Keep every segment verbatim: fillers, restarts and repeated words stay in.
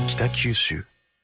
北九州。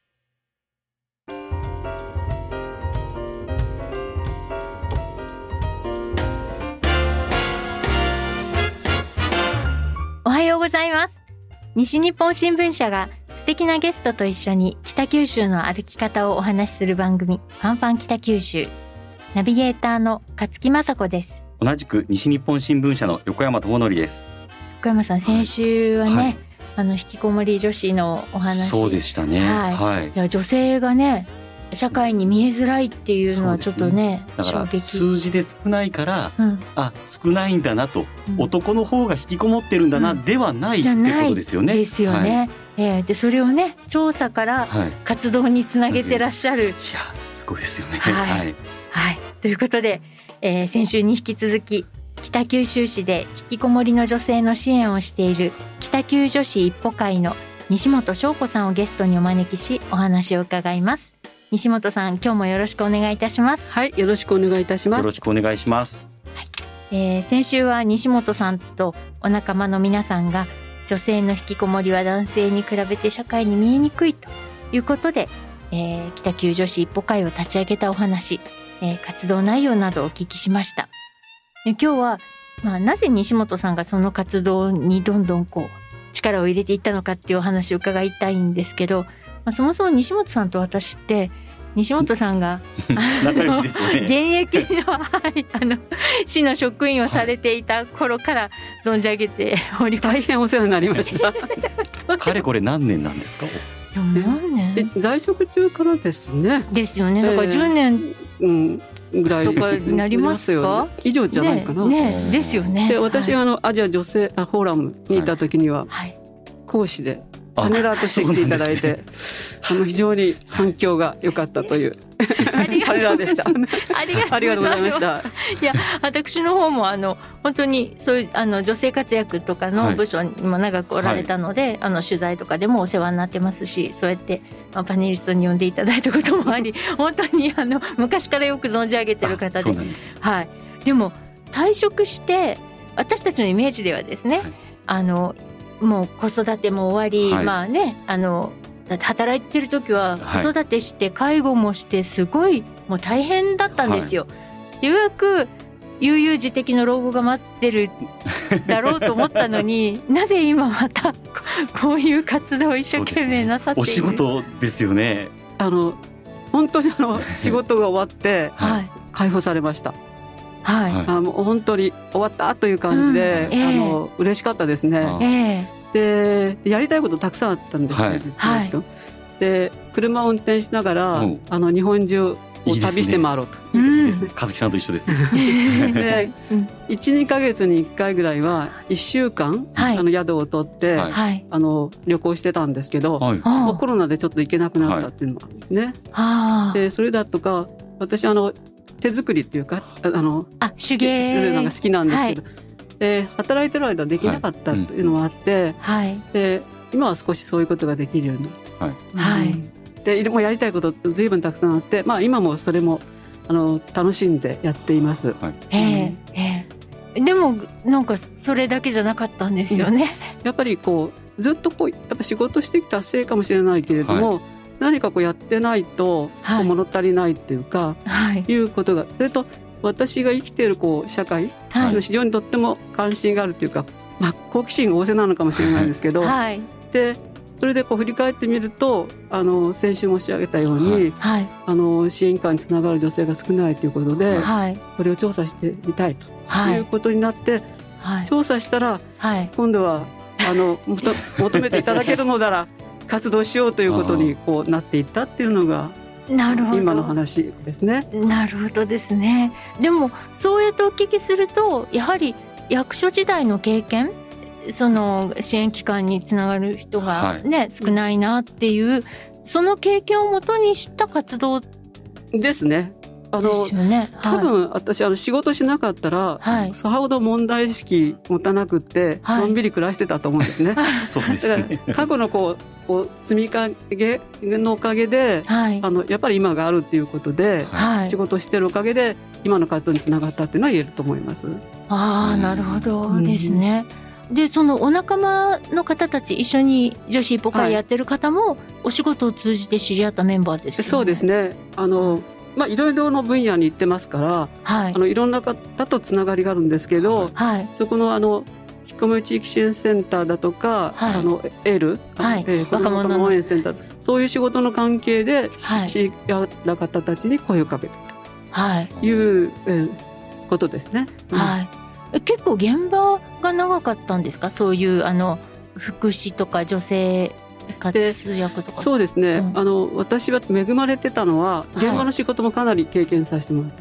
おはようございます。西日本新聞社が素敵なゲストと一緒に北九州の歩き方をお話しする番組、ファンファン北九州。ナビゲーターの勝木雅子です。 同じく西日本新聞社の横山智則です。 横山さん、先週はね、はい、あの引きこもり女子のお話。 そうでしたね、 はいはい、いや女性がね社会に見えづらいっていうのはちょっと ね, ねだから衝撃。 数字で少ないから、うん、あ少ないんだなと、うん、男の方が引きこもってるんだな、うん、ではないってことですよね。 ですよね、はいえー、でそれをね調査から活動につなげてらっしゃる、はい、いやすごいですよね。 はい、はいはい、ということで、えー、先週に引き続き北九州市で引きこもりの女性の支援をしている北九女子一歩会の西本翔子さんをゲストにお招きしお話を伺います。西本さん、今日もよろしくお願いいたします。 はい、よろしくお願いいたします。 よろしくお願いします、 はいえー、先週は西本さんとお仲間の皆さんが女性の引きこもりは男性に比べて社会に見えにくいということで、えー、北九女子一歩会を立ち上げたお話、えー、活動内容などをお聞きしました。で今日は、まあ、なぜ西本さんがその活動にどんどんこう力を入れていったのかっていうお話を伺いたいんですけど、まあ、そもそも西本さんと私って西本さんが仲良しですよね。 現役の、はい、あの市の職員をされていた頃から存じ上げております。 大変お世話になりましたかれこれ何年なんですか？ 何年？ 在職中からですね。 ですよね。だからじゅうねん、 えーうんぐらいとかなりますか？ 以上じゃないかな、 ねね、ですよね。 で私はあの、はい、アジア女性フォーラムにいた時には、はい、講師でパネラーとして来ていただいて、ね、あの非常に反響が良かったというパネラーでした。ありがとうございました。 いや私の方もあの本当にそういうあの女性活躍とかの部署にも長くおられたので、はい、あの取材とかでもお世話になってますし、そうやって、まあ、パネリストに呼んでいただいたこともあり本当にあの昔からよく存じ上げてる方 で, で, はい、でも退職して私たちのイメージではですね、はい、あのもう子育ても終わり、はい、まあねあのだって働いてる時は子育てして介護もしてすごいもう大変だったんですよ、はい、ようやく悠々自適の老後が待ってるだろうと思ったのになぜ今またこういう活動を一生懸命なさっている、 お仕事ですよね。 あの本当にあの仕事が終わって解放されました、はい、あの本当に終わったという感じで、うんえー、あの嬉しかったですね。でやりたいことたくさんあったんですよ、はい、ずっとで車を運転しながら、うん、あの日本中を旅して回ろうと。 いいですね。和樹さんと一緒ですね。 で、いち、にかげつにいっかいぐらいはいっしゅうかん、はい、あの宿を取って、はい、あの旅行してたんですけど、はい、もうコロナでちょっと行けなくなったっていうのがね、はい、でそれだとか私あの手作りっていうかあのあ手芸するのが好きなんですけど、はいで働いてる間できなかったというのもあって、はいうん、で今は少しそういうことができるようになって、はいうん、でもうやりたいこと随分たくさんあって、まあ、今もそれもあの楽しんでやっています、はいえーえー、でもなんかそれだけじゃなかったんですよね、 うん、やっぱりこうずっとこうやっぱ仕事してきたせいかもしれないけれども、はい、何かこうやってないと、はい、こう物足りないっていうか、はい、いうことがそれと私が生きているこう社会の非常にとっても関心があるというか、まあ、好奇心が旺盛なのかもしれないんですけど、はい、でそれでこう振り返ってみるとあの先週申し上げたように、はい、あの支援会につながる女性が少ないということで、はい、これを調査してみたいということになって、はい、調査したら、はい、今度はあの求めていただけるのなら活動しようということにこうなっていったっていうのがなるほど今の話ですね。 なるほどですね。でもそうやってお聞きするとやはり役所時代の経験その支援機関につながる人が、ねはい、少ないなっていうその経験をもとにした活動ですね。あのですよね、はい、多分私あの仕事しなかったら、はい、さほど問題意識持たなくって、はい、のんびり暮らしてたと思うんですね。 そうですね。 過去のこうこう積み上げのおかげで、はい、あのやっぱり今があるっていうことで、はい、仕事してるおかげで今の活動につながったっていうのは言えると思います。 ああ、なるほどですね、 でそのお仲間の方たち、一緒に女子一歩会やってる方も、はい、お仕事を通じて知り合ったメンバーですよね。 そうですね。あの、まあ、いろいろの分野に行ってますから、はい、あのいろんな方とつながりがあるんですけど、はい、そこのあの引きこもり地域支援センターだとか、はい、あのエール、はいえー、子どもの応援センター、そういう仕事の関係で知り合った方たちに声をかけてという、はいえー、ことですね。 はいうん、結構現場が長かったんですか？そういうあの福祉とか女性活躍とか。 そうですね、うん、あの私は恵まれてたのは現場の仕事もかなり経験させてもらった、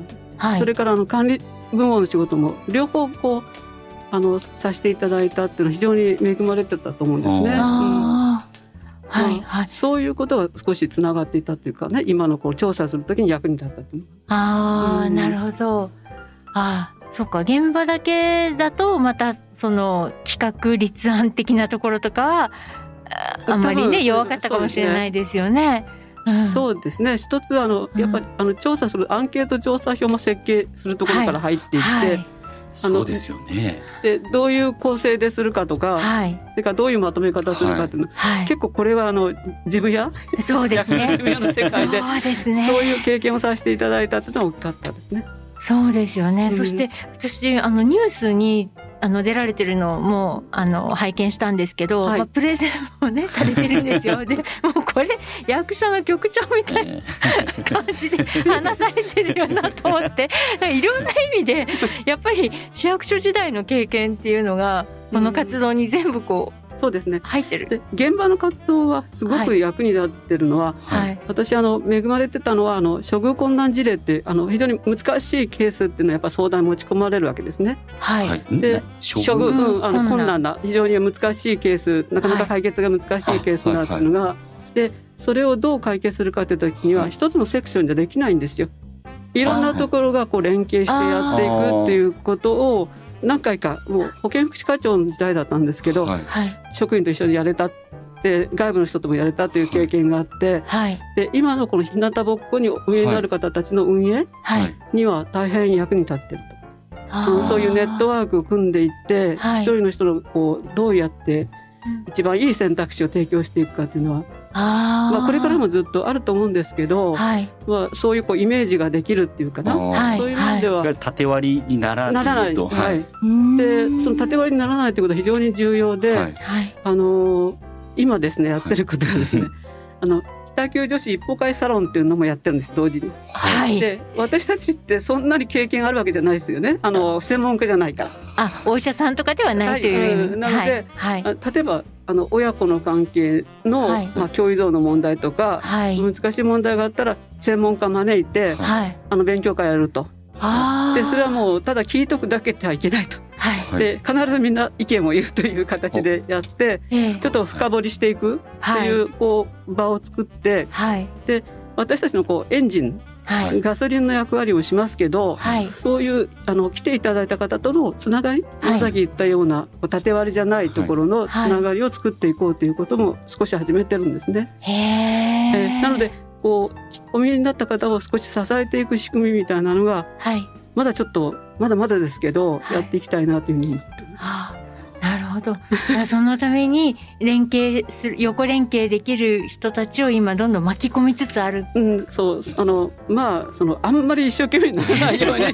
はい、それからあの管理部門の仕事も両方こうあのさせていただいたっていうのは非常に恵まれてたと思うんですね。あうんはいはい、そういうことが少しつながっていたっていうかね、今のこう調査するときに役に立ったっていう。 ああ、うん、なるほど。ああ、そうか。現場だけだとまたその企画立案的なところとかはあんまりね弱かったかもしれないですよね。 そうですね。一つあのやっぱり、うん、あの調査するアンケート調査票も設計するところから入っていって、はいはいそうですよね。 でどういう構成でするかとか、はい、それからどういうまとめ方するかっていうの、はい、結構これはあの事務屋そうですね。 事務屋の世界でそうですね、そういう経験をさせていただいたっていうのは大きかったですね。 そうですよね。うん、そして私あのニュースにあの出られてるのもあの拝見したんですけど、はいまあ、プレゼンもねされてるんですよ。でもうこれ役所の局長みたいな感じで話されてるよなと思っていろんな意味でやっぱり市役所時代の経験っていうのがこの活動に全部こう、うんそうですね。 入ってる。 で現場の活動はすごく役に立ってるのは、はい、私あの恵まれてたのはあの処遇困難事例ってあの非常に難しいケースっていうのはやっぱ相談に持ち込まれるわけですね。はい。で処遇、うん、あの困難な非常に難しいケース、なかなか解決が難しいケースだっていうのが、はい、でそれをどう解決するかという時には一つのセクションじゃできないんですよ。いろんなところがこう連携してやっていくっていうことを何回かもう保健福祉課長の時代だったんですけど、はい、職員と一緒にやれたって外部の人ともやれたという経験があって、はい、で今のこの日向ぼっこに運営になる方たちの運営には大変役に立っていると、はい、そのそういうネットワークを組んでいって、はい、一人の人のこうどうやって一番いい選択肢を提供していくかというのはあまあ、これからもずっとあると思うんですけど、はいまあ、そういうこうイメージができるっていうかな、はい、そういう面では、 はい、縦割りにならないとならない、 はい、でその縦割りにならないということは非常に重要で、はいあのー、今ですねやってることがですね、はい、あの北九女子一歩会サロンっていうのもやってるんです同時に、はい、で私たちってそんなに経験あるわけじゃないですよね。あの専門家じゃないからあお医者さんとかではないという、はいうん、 なので、はいはい、例えばあの親子の関係の、はいまあ、教育像の問題とか、はい、難しい問題があったら専門家招いて、はい、あの勉強会やるとでそれはもうただ聞いとくだけじゃいけないと、はい、で必ずみんな意見を言うという形でやって、ちょっと深掘りしていくという、こう場を作って、はい、で私たちのこうエンジンはい、ガソリンの役割をしますけど、はい、そういうあの来ていただいた方とのつながり、はい、さっき言ったような縦割りじゃないところのつながりを作っていこうということも少し始めてるんですね。へー、えー、なのでこうお見えになった方を少し支えていく仕組みみたいなのが、はい、まだちょっとまだまだですけど、はい、やっていきたいなというふうに思ってます。はあなるほど。そのために連携する横連携できる人たちを今どんどん巻き込みつつある。 うん、そうあのまあそのあんまり一生懸命にならないように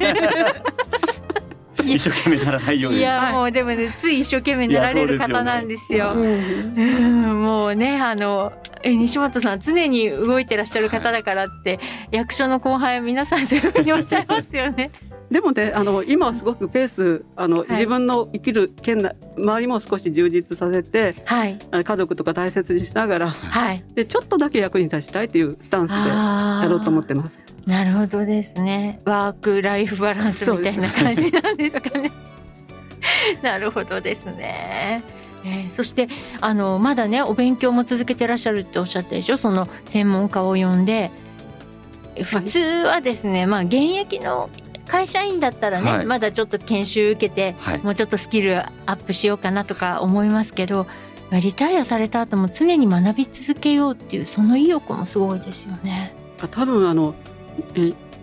一生懸命ならないように。 いやもうでもねつい一生懸命なられる方なんですよ。うん、もうねあのえ西本さん常に動いてらっしゃる方だからって、はい、役所の後輩皆さんそういうふうにおっしゃいますよね。 でもねあの今はすごくペースあの、はい、自分の生きる県内周りも少し充実させて、はい、家族とか大切にしながら、はい、でちょっとだけ役に立ちたいというスタンスでやろうと思ってます。 なるほどですね。ワークライフバランスみたいな感じなんですかね。なるほどですね。えー、そしてあのまだねお勉強も続けてらっしゃるっておっしゃったでしょ。その専門家を呼んで普通はですね、まあ、現役の会社員だったらね、はい、まだちょっと研修受けて、はい、もうちょっとスキルアップしようかなとか思いますけどリタイアされた後も常に学び続けようっていうその意欲もすごいですよね。 多分あのえ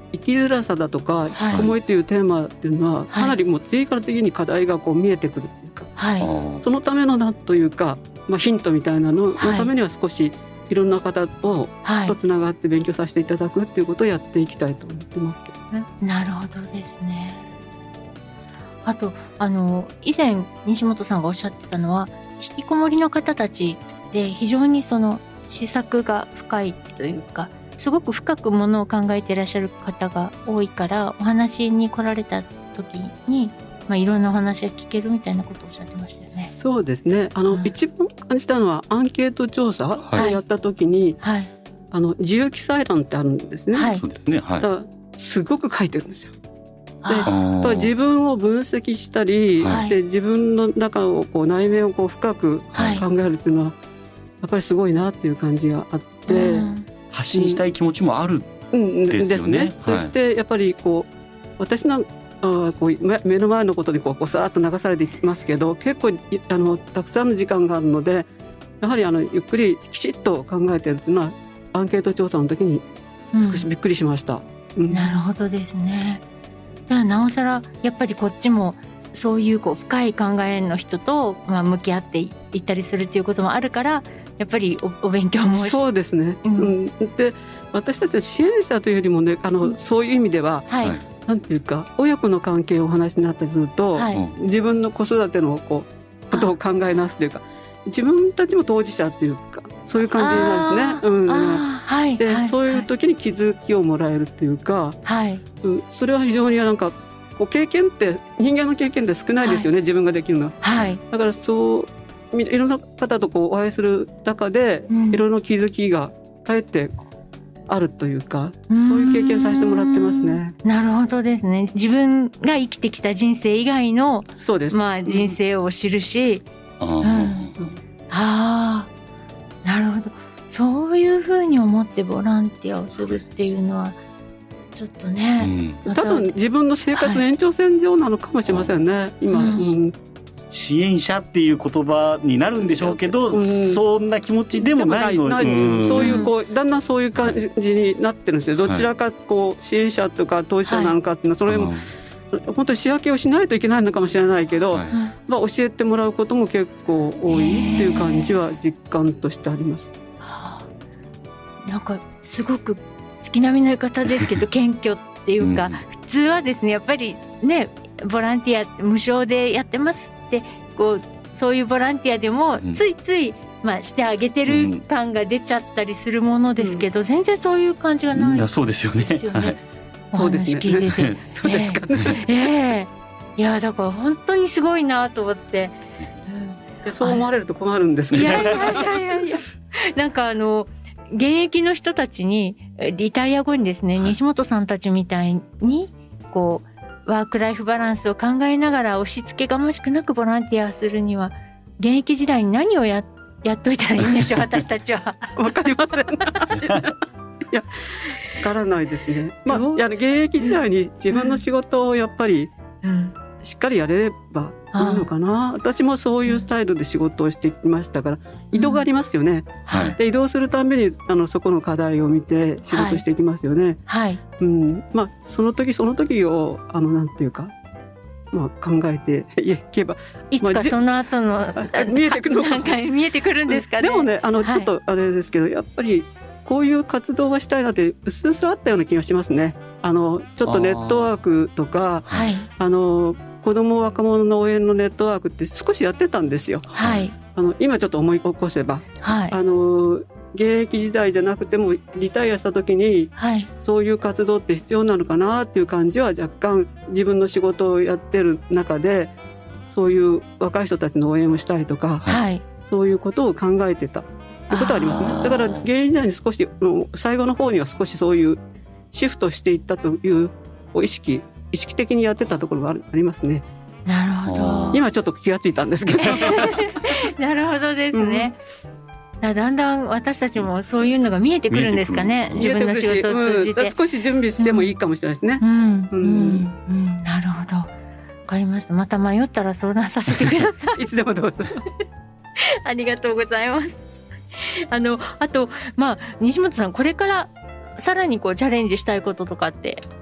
生きづらさだとか引きこもりというテーマっていうのは、はい、かなりもう次から次に課題がこう見えてくるっていうか、はい、そのためのなんというか、まあ、ヒントみたいなののためには少しいろんな方と、はい、とつながって勉強させていただくっていうことをやっていきたいと思ってますけどね。 なるほどですね。あとあの以前西本さんがおっしゃってたのは、引きこもりの方たちで非常にその思索が深いというか、すごく深くものを考えていらっしゃる方が多いから、お話に来られた時に、まあ、いろんなお話が聞けるみたいなことをおっしゃってましたよね。 そうですね。あの、はい、一番感じたのはアンケート調査をやった時に、はいはい、あの自由記載欄ってあるんですね。はい、そうですね。はい、だからすごく書いてるんですよ。でやっぱり自分を分析したり、はい、で自分の中をこう内面をこう深く考えるっていうのは、はい、やっぱりすごいなっていう感じがあって、うん、 発信したい気持ちもあるんですよね。うん、ですね。 そしてやっぱりこう私のあこう目の前のことにこうこうさーっと流されていきますけど、結構あのたくさんの時間があるので、やはりあのゆっくりきちっと考えてるっていうのはアンケート調査の時に少しびっくりしました。 うんうん、なるほどですね。だからなおさらやっぱりこっちもそういうこう深い考えの人とまあ向き合っていったりするっていうこともあるから、やっぱり お, お勉強もそうですね。うんうん、で私たちは支援者というよりもね、あの、うん、そういう意味では、はい、なんていうか親子の関係をお話になったりすると、はい、自分の子育てのこうことを考えなすというか、自分たちも当事者というかそういう感じなんですね。うんはい、で、はい、そういう時に気づきをもらえるというか、はいうん、それは非常になんかこう経験って人間の経験って少ないですよね、はい、自分ができるのは、はい、だからそういろんな方とこうお会いする中で、うん、いろいろな気づきがかえってあるというか、そういう経験させてもらってますね。 なるほどですね。自分が生きてきた人生以外のそうです、 まあ、人生を知るし、うんうん、ああなるほど。そういうふうに思ってボランティアをするっていうのはちょっとね、 うん、多分自分の生活の延長線上なのかもしれませんね、はい、今、うんうん支援者っていう言葉になるんでしょうけど、うん、そんな気持ちでもないのに、 うん、そういうこうだんだんそういう感じになってるんですよ。どちらかこう支援者とか当事者なのかっていうのは、それも、はい、本当に仕分けをしないといけないのかもしれないけど、はいまあ、教えてもらうことも結構多いっていう感じは実感としてあります。 はあ、なんかすごく月並みの方ですけど謙虚っていうか、うん、普通はですねやっぱりねボランティア無償でやってますってこうそういうボランティアでもついつい、うんまあ、してあげてる感が出ちゃったりするものですけど、うん、全然そういう感じがないですよね。 そうですよね、はい、 そうですね。 聞いててそうですかね、 えーえー、いやだから本当にすごいなと思って、 うん、そう思われると困るんですけど、いやいやいやいやいやなんかあの現役の人たちにリタイア後にですね、はい、西本さんたちみたいにこうワークライフバランスを考えながら押し付けがましくなくボランティアするには現役時代に何を や, やっといたらいいんでしょう私たちは。 わかりませんいやわからないですね、まあ、いや現役時代に自分の仕事をやっぱりしっかりやれればいいのかな、うん、私もそういうスタイルで仕事をしてきましたから移動がありますよね、うんはい、で移動するためにあのそこの課題を見て仕事していきますよね、はいはいうんまあ、その時その時をあのなんていうか、まあ、考えていけばいつかその後の、まあ、 見えてくるのかなんか見えてくるんですかね。 でもねあのちょっとあれですけど、はい、やっぱりこういう活動はしたいなってうすうすあったような気がしますね。あのちょっとネットワークとか あ,、はい、あの子ども若者の応援のネットワークって少しやってたんですよ、はい、あの今ちょっと思い起こせば、はい、あの現役時代じゃなくてもリタイアした時に、はい、そういう活動って必要なのかなっていう感じは若干自分の仕事をやってる中でそういう若い人たちの応援をしたいとか、はい、そういうことを考えてたってことはありますね。だから現役時代に少し最後の方には少しそういうシフトしていったという意識意識的にやってたところがありますね。 なるほど。 今ちょっと気がついたんですけどなるほどですね、うん、だ, だんだん私たちもそういうのが見えてくるんですかね。自分の仕事を通じて、 うん、少し準備してもいいかもしれないですね、 うんうんうんうん、なるほどわかりました。また迷ったら相談させてくださいいつでもどうぞありがとうございます。あのあと、まあ、西本さんこれからさらにこうチャレンジしたいこととかって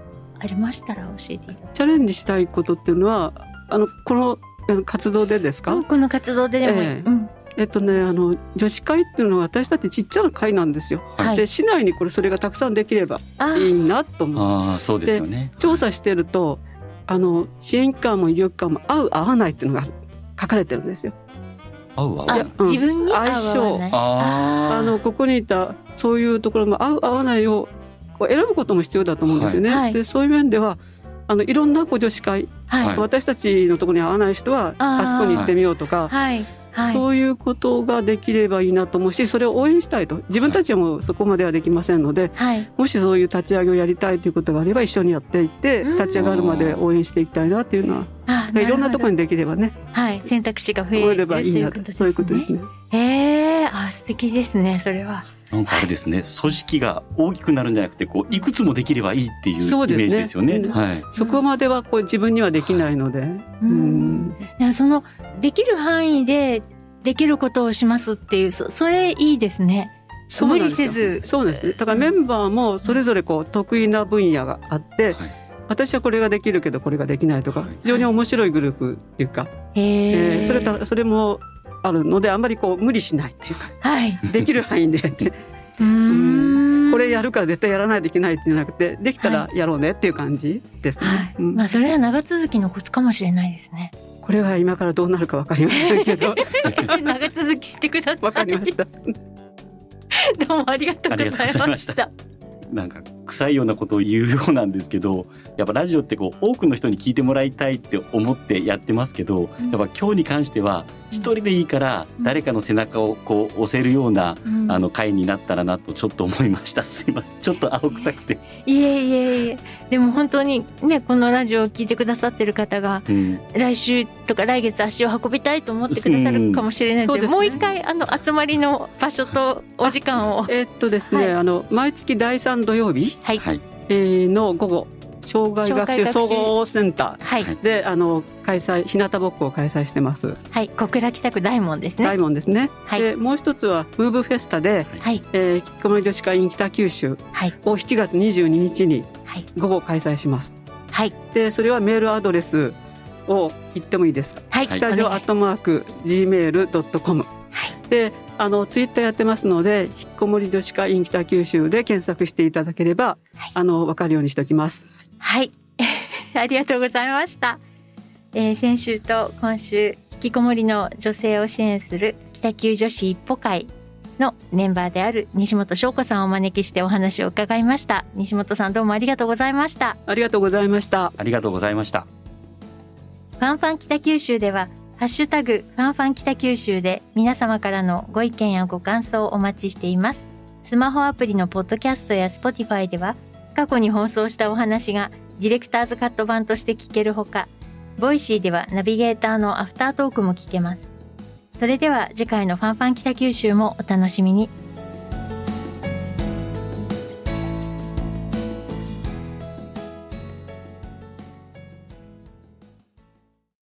ありましたら教えていただきます。 チャレンジしたいことっていうのはあのこの活動でですか？ この活動ででも、 えーうんえっとね、あの女子会っていうのは私たちちっちゃな会なんですよ、はい、で市内にこれそれがたくさんできればいいなと思って。 あそうですよね。 調査してるとあの支援機関も医療機関も合う合わないっていうのが書かれてるんですよ。 合う合わない、 うん、自分に合う合わない、 相性ああのここにいたそういうところも合う合わないをこう選ぶことも必要だと思うんですよね、はい、でそういう面ではあのいろんなこう女子会、はい、私たちのところに合わない人はあそこに行ってみようとか、はいはい、そういうことができればいいなと思うし、それを応援したいと。自分たちはもうそこまではできませんので、はい、もしそういう立ち上げをやりたいということがあれば一緒にやっていって立ち上がるまで応援していきたいなっていうのは、いろんなところにできればね、 はい、選択肢が増えればいいなと、 そういうことですね。 へー、あ、素敵ですね。それはなんかあれですね、組織が大きくなるんじゃなくてこういくつもできればいいっていうイメージですよね。 そ, うですね、はい、 そこまではこう自分にはできないので、はい、うん、そのできる範囲でできることをしますっていう そ, それいいですね。 そうなんですよ。無理せず。そうですね。だからメンバーもそれぞれこう得意な分野があって、はい、私はこれができるけどこれができないとか、非常に面白いグループっていうか、へー、えー、それたそれもあるので、あんまりこう無理しないっていうか、はい、できる範囲でってうーん、これやるから絶対やらないといけないってじゃなくて、できたらやろうねっていう感じですね、はい、うん、 まあ、それは長続きのコツかもしれないですね。 これは今からどうなるか分かりませんけど長続きしてください。 分かりました。 どうもありがとうございました。 なんか臭いようなことを言うようなんですけど、やっぱラジオってこう多くの人に聞いてもらいたいって思ってやってますけど、うん、やっぱ今日に関しては一人でいいから誰かの背中をこう押せるような、うん、あの回になったらなとちょっと思いました。すいません、ちょっと青臭くて。 いえいえいえ、でも本当にね、このラジオを聞いてくださってる方が、うん、来週とか来月足を運びたいと思ってくださるかもしれないので、うん、もう一回あの集まりの場所とお時間を。 えー、っとですね、はい、あの毎月だいさん土曜日、はい、えー、の午後、障害学習総合センターで、はい、あの開催、日向ぼっこを開催してます。 はい、小倉北区大門ですね。 大門ですね、はい、でもう一つはムーブフェスタで、はい、えー、引きこもり女子会 in 北九州をしちがつにじゅうににちに午後開催します、はい、でそれはメールアドレスを言ってもいいですか？はい、北条アットマーク ジーメールドットコム、はい、であのツイッターやってますので、引きこもり女子会 in 北九州で検索していただければ、はい、あの分かるようにしておきます。 はいありがとうございました、えー、先週と今週、引きこもりの女性を支援する北九女子一歩会のメンバーである西本翔子さんをお招きしてお話を伺いました。西本さん、どうもありがとうございました。 ありがとうございました。 ありがとうございました。 ファンファン北九州ではハッシュタグファンファン北九州で皆様からのご意見やご感想をお待ちしています。スマホアプリのポッドキャストや Spotify では過去に放送したお話がディレクターズカット版として聞けるほか、ボイシーではナビゲーターのアフタートークも聞けます。それでは次回のファンファン北九州もお楽しみに。